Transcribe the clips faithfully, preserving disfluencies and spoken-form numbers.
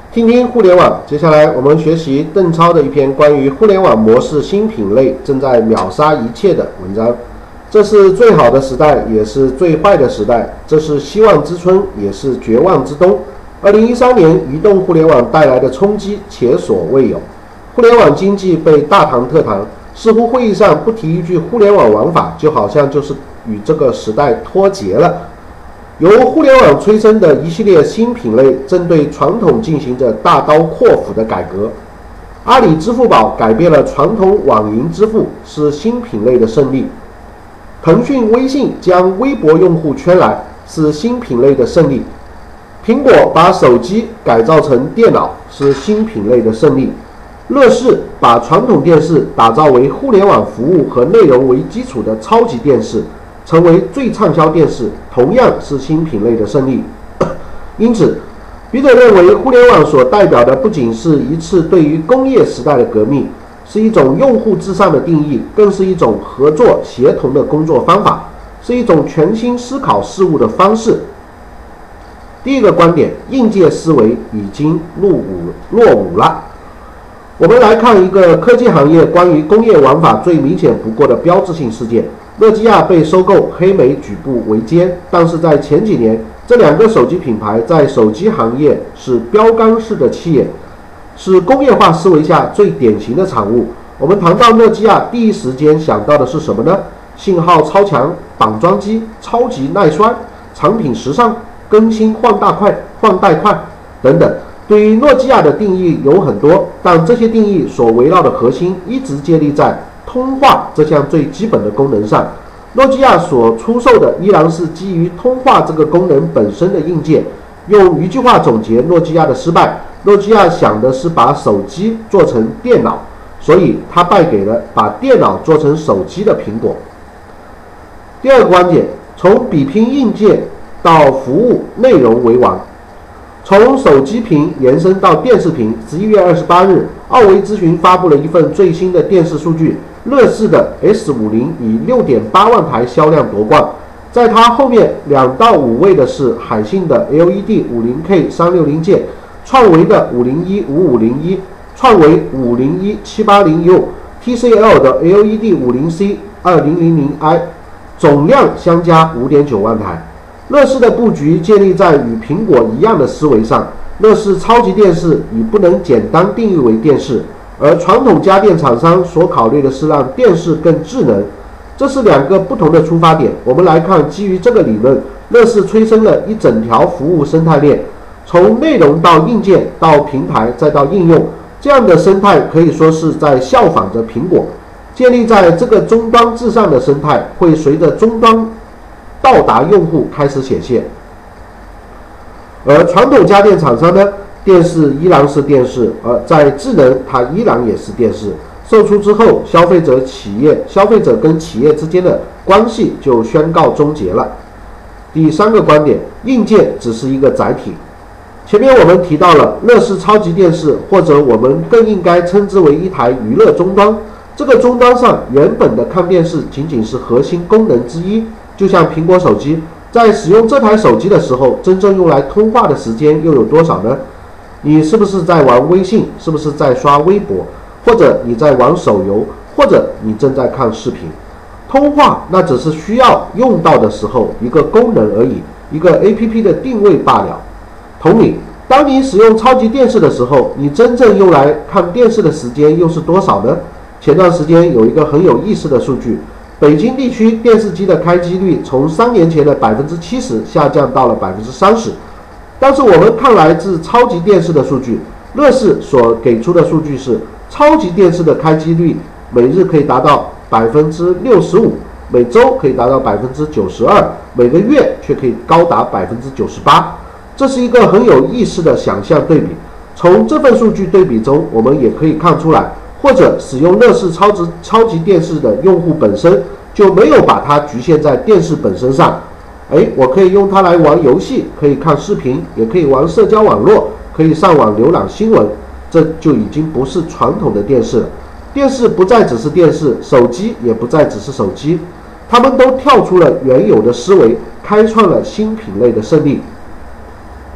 听听互联网。接下来我们学习邓超的一篇关于互联网模式新品类正在秒杀一切的文章。这是最好的时代，也是最坏的时代。这是希望之春，也是绝望之冬。二零一三年，移动互联网带来的冲击前所未有，互联网经济被大谈特谈，似乎会议上不提一句互联网玩法，就好像就是与这个时代脱节了。由互联网催生的一系列新品类，正对传统进行着大刀阔斧的改革。阿里支付宝改变了传统网银支付，是新品类的胜利。腾讯、微信将微博用户圈来，是新品类的胜利。苹果把手机改造成电脑，是新品类的胜利。乐视把传统电视打造为互联网服务和内容为基础的超级电视，成为最畅销电视，同样是新品类的胜利。因此，笔者认为，互联网所代表的不仅是一次对于工业时代的革命，是一种用户至上的定义，更是一种合作协同的工作方法，是一种全新思考事物的方式。第一个观点，应届思维已经落伍落伍了。我们来看一个科技行业关于工业玩法最明显不过的标志性事件：诺基亚被收购，黑莓举步维艰。但是在前几年，这两个手机品牌在手机行业是标杆式的企业，是工业化思维下最典型的产物。我们谈到诺基亚，第一时间想到的是什么呢？信号超强、绑装机、超级耐摔、产品时尚、更新换大快、换代快等等。对于诺基亚的定义有很多，但这些定义所围绕的核心一直建立在通话这项最基本的功能上。诺基亚所出售的依然是基于通话这个功能本身的硬件。用一句话总结诺基亚的失败：诺基亚想的是把手机做成电脑，所以他败给了把电脑做成手机的苹果。第二个观点，从比拼硬件到服务内容为王。从手机屏延伸到电视屏。十一月二十八日，奥维咨询发布了一份最新的电视数据，乐视的 S 五十 以 六点八万台销量夺冠，在它后面两到五位的是海信的 L E D 五十 K 三六零键，创维的五零一五五零一，创维五零一七八零 U，T C L 的 L E D 五十 C 二零零零 I， 总量相加 五点九万台。乐视的布局建立在与苹果一样的思维上，乐视超级电视已不能简单定义为电视，而传统家电厂商所考虑的是让电视更智能。这是两个不同的出发点。我们来看，基于这个理论，乐视催生了一整条服务生态链，从内容到硬件到平台再到应用，这样的生态可以说是在效仿着苹果。建立在这个终端至上的生态，会随着终端到达用户开始显现。而传统家电厂商呢，电视依然是电视，而在智能它依然也是电视。售出之后，消费者企业消费者跟企业之间的关系就宣告终结了。第三个观点，硬件只是一个载体。前面我们提到了乐视超级电视，或者我们更应该称之为一台娱乐终端。这个终端上原本的看电视仅仅是核心功能之一，就像苹果手机，在使用这台手机的时候，真正用来通话的时间又有多少呢？你是不是在玩微信？是不是在刷微博？或者你在玩手游？或者你正在看视频？通话那只是需要用到的时候一个功能而已，一个 A P P 的定位罢了。同理，当你使用超级电视的时候，你真正用来看电视的时间又是多少呢？前段时间有一个很有意思的数据，北京地区电视机的开机率从三年前的 百分之七十 下降到了 百分之三十。 但是我们看来自超级电视的数据，乐视所给出的数据是超级电视的开机率每日可以达到 百分之六十五， 每周可以达到 百分之九十二， 每个月却可以高达 百分之九十八。 这是一个很有意思的想象对比。从这份数据对比中，我们也可以看出来，或者使用乐视超级超级电视的用户本身就没有把它局限在电视本身上。哎，我可以用它来玩游戏，可以看视频，也可以玩社交网络，可以上网浏览新闻，这就已经不是传统的电视了。电视不再只是电视，手机也不再只是手机，他们都跳出了原有的思维，开创了新品类的胜利。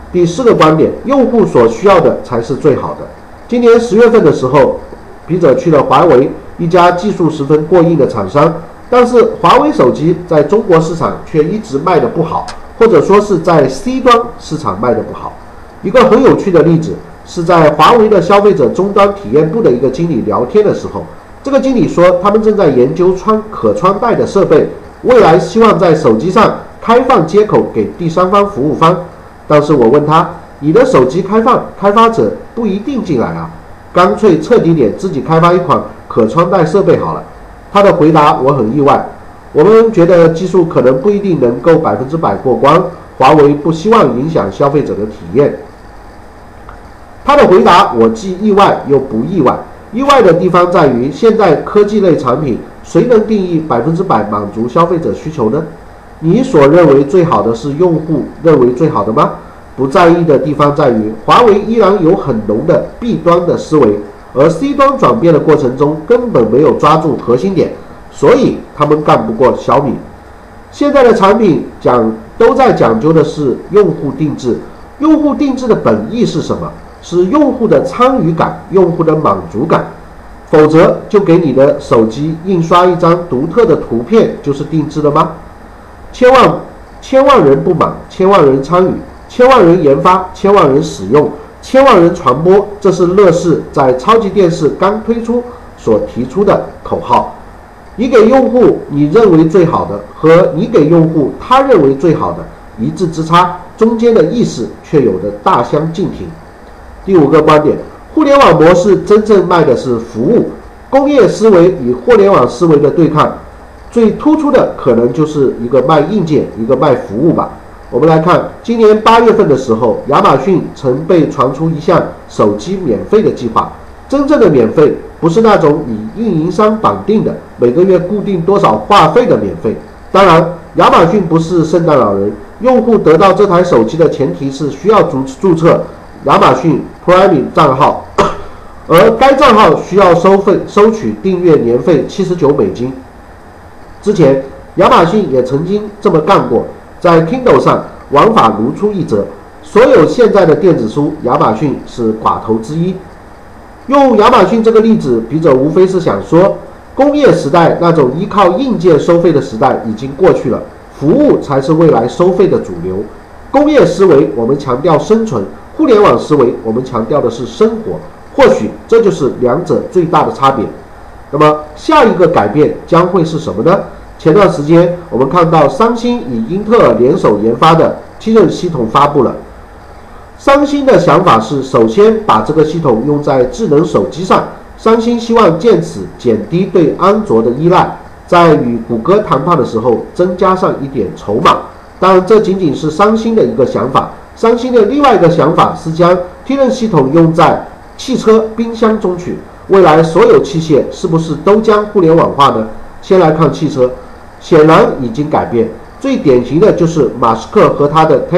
第四个观点，用户所需要的才是最好的。今年十月份的时候，笔者去了华为，一家技术十分过硬的厂商，但是华为手机在中国市场却一直卖得不好，或者说是在 C 端市场卖得不好。一个很有趣的例子是在华为的消费者终端体验部的一个经理聊天的时候，这个经理说他们正在研究穿可穿戴的设备，未来希望在手机上开放接口给第三方服务方。但是我问他，你的手机开放，开发者不一定进来啊，干脆彻底点自己开发一款可穿戴设备好了。他的回答我很意外，我们觉得技术可能不一定能够百分之百过关，华为不希望影响消费者的体验。他的回答我既意外又不意外，意外的地方在于现在科技类产品谁能定义百分之百满足消费者需求呢？你所认为最好的是用户认为最好的吗？不在意的地方在于华为依然有很浓的 B 端的思维，而 C 端转变的过程中根本没有抓住核心点，所以他们干不过小米。现在的产品讲都在讲究的是用户定制，用户定制的本意是什么？是用户的参与感，用户的满足感，否则就给你的手机印刷一张独特的图片就是定制了吗？千万千万人不满，千万人参与，千万人研发，千万人使用，千万人传播，这是乐视在超级电视刚推出所提出的口号。你给用户你认为最好的和你给用户他认为最好的一字之差，中间的意思却有着大相径庭。第五个观点，互联网模式真正卖的是服务，工业思维与互联网思维的对抗，最突出的可能就是一个卖硬件，一个卖服务吧。我们来看，今年八月份的时候，亚马逊曾被传出一项手机免费的计划。真正的免费不是那种以运营商绑定的每个月固定多少话费的免费。当然，亚马逊不是圣诞老人，用户得到这台手机的前提是需要注注册亚马逊 Prime 账号，而该账号需要收费收取订阅年费七十九美金。之前亚马逊也曾经这么干过，在 Kindle 上玩法如出一辙，所有现在的电子书，亚马逊是寡头之一。用亚马逊这个例子，笔者无非是想说，工业时代那种依靠硬件收费的时代已经过去了，服务才是未来收费的主流。工业思维我们强调生存，互联网思维我们强调的是生活，或许这就是两者最大的差别。那么下一个改变将会是什么呢？前段时间我们看到三星与英特尔联手研发的梯刃系统发布了。三星的想法是首先把这个系统用在智能手机上，三星希望借此减低对安卓的依赖，在与谷歌谈判的时候增加上一点筹码。当然这仅仅是三星的一个想法，三星的另外一个想法是将梯刃系统用在汽车、冰箱中去。未来所有器械是不是都将互联网化呢？先来看汽车，显然已经改变，最典型的就是马斯克和他的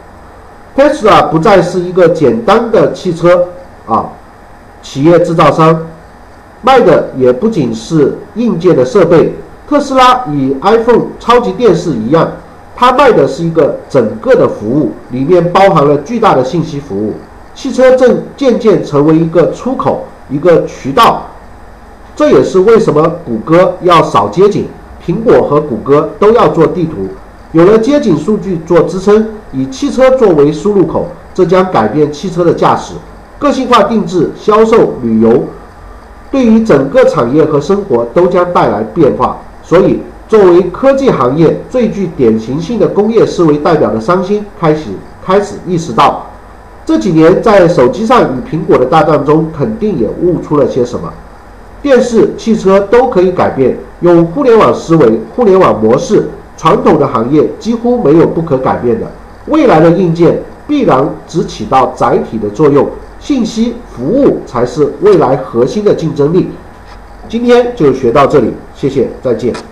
Tesla。Tesla 不再是一个简单的汽车啊企业制造商，卖的也不仅是硬件的设备。特斯拉与 iPhone 超级电视一样，它卖的是一个整个的服务，里面包含了巨大的信息服务。汽车正渐渐成为一个出口，一个渠道。这也是为什么谷歌要扫街景，苹果和谷歌都要做地图。有了街景数据做支撑，以汽车作为输入口，这将改变汽车的驾驶、个性化定制、销售、旅游，对于整个产业和生活都将带来变化。所以作为科技行业最具典型性的工业思维代表的三星开始开始意识到，这几年在手机上与苹果的大战中肯定也悟出了些什么。电视、汽车都可以改变，用互联网思维、互联网模式，传统的行业几乎没有不可改变的。未来的硬件必然只起到载体的作用，信息服务才是未来核心的竞争力。今天就学到这里，谢谢，再见。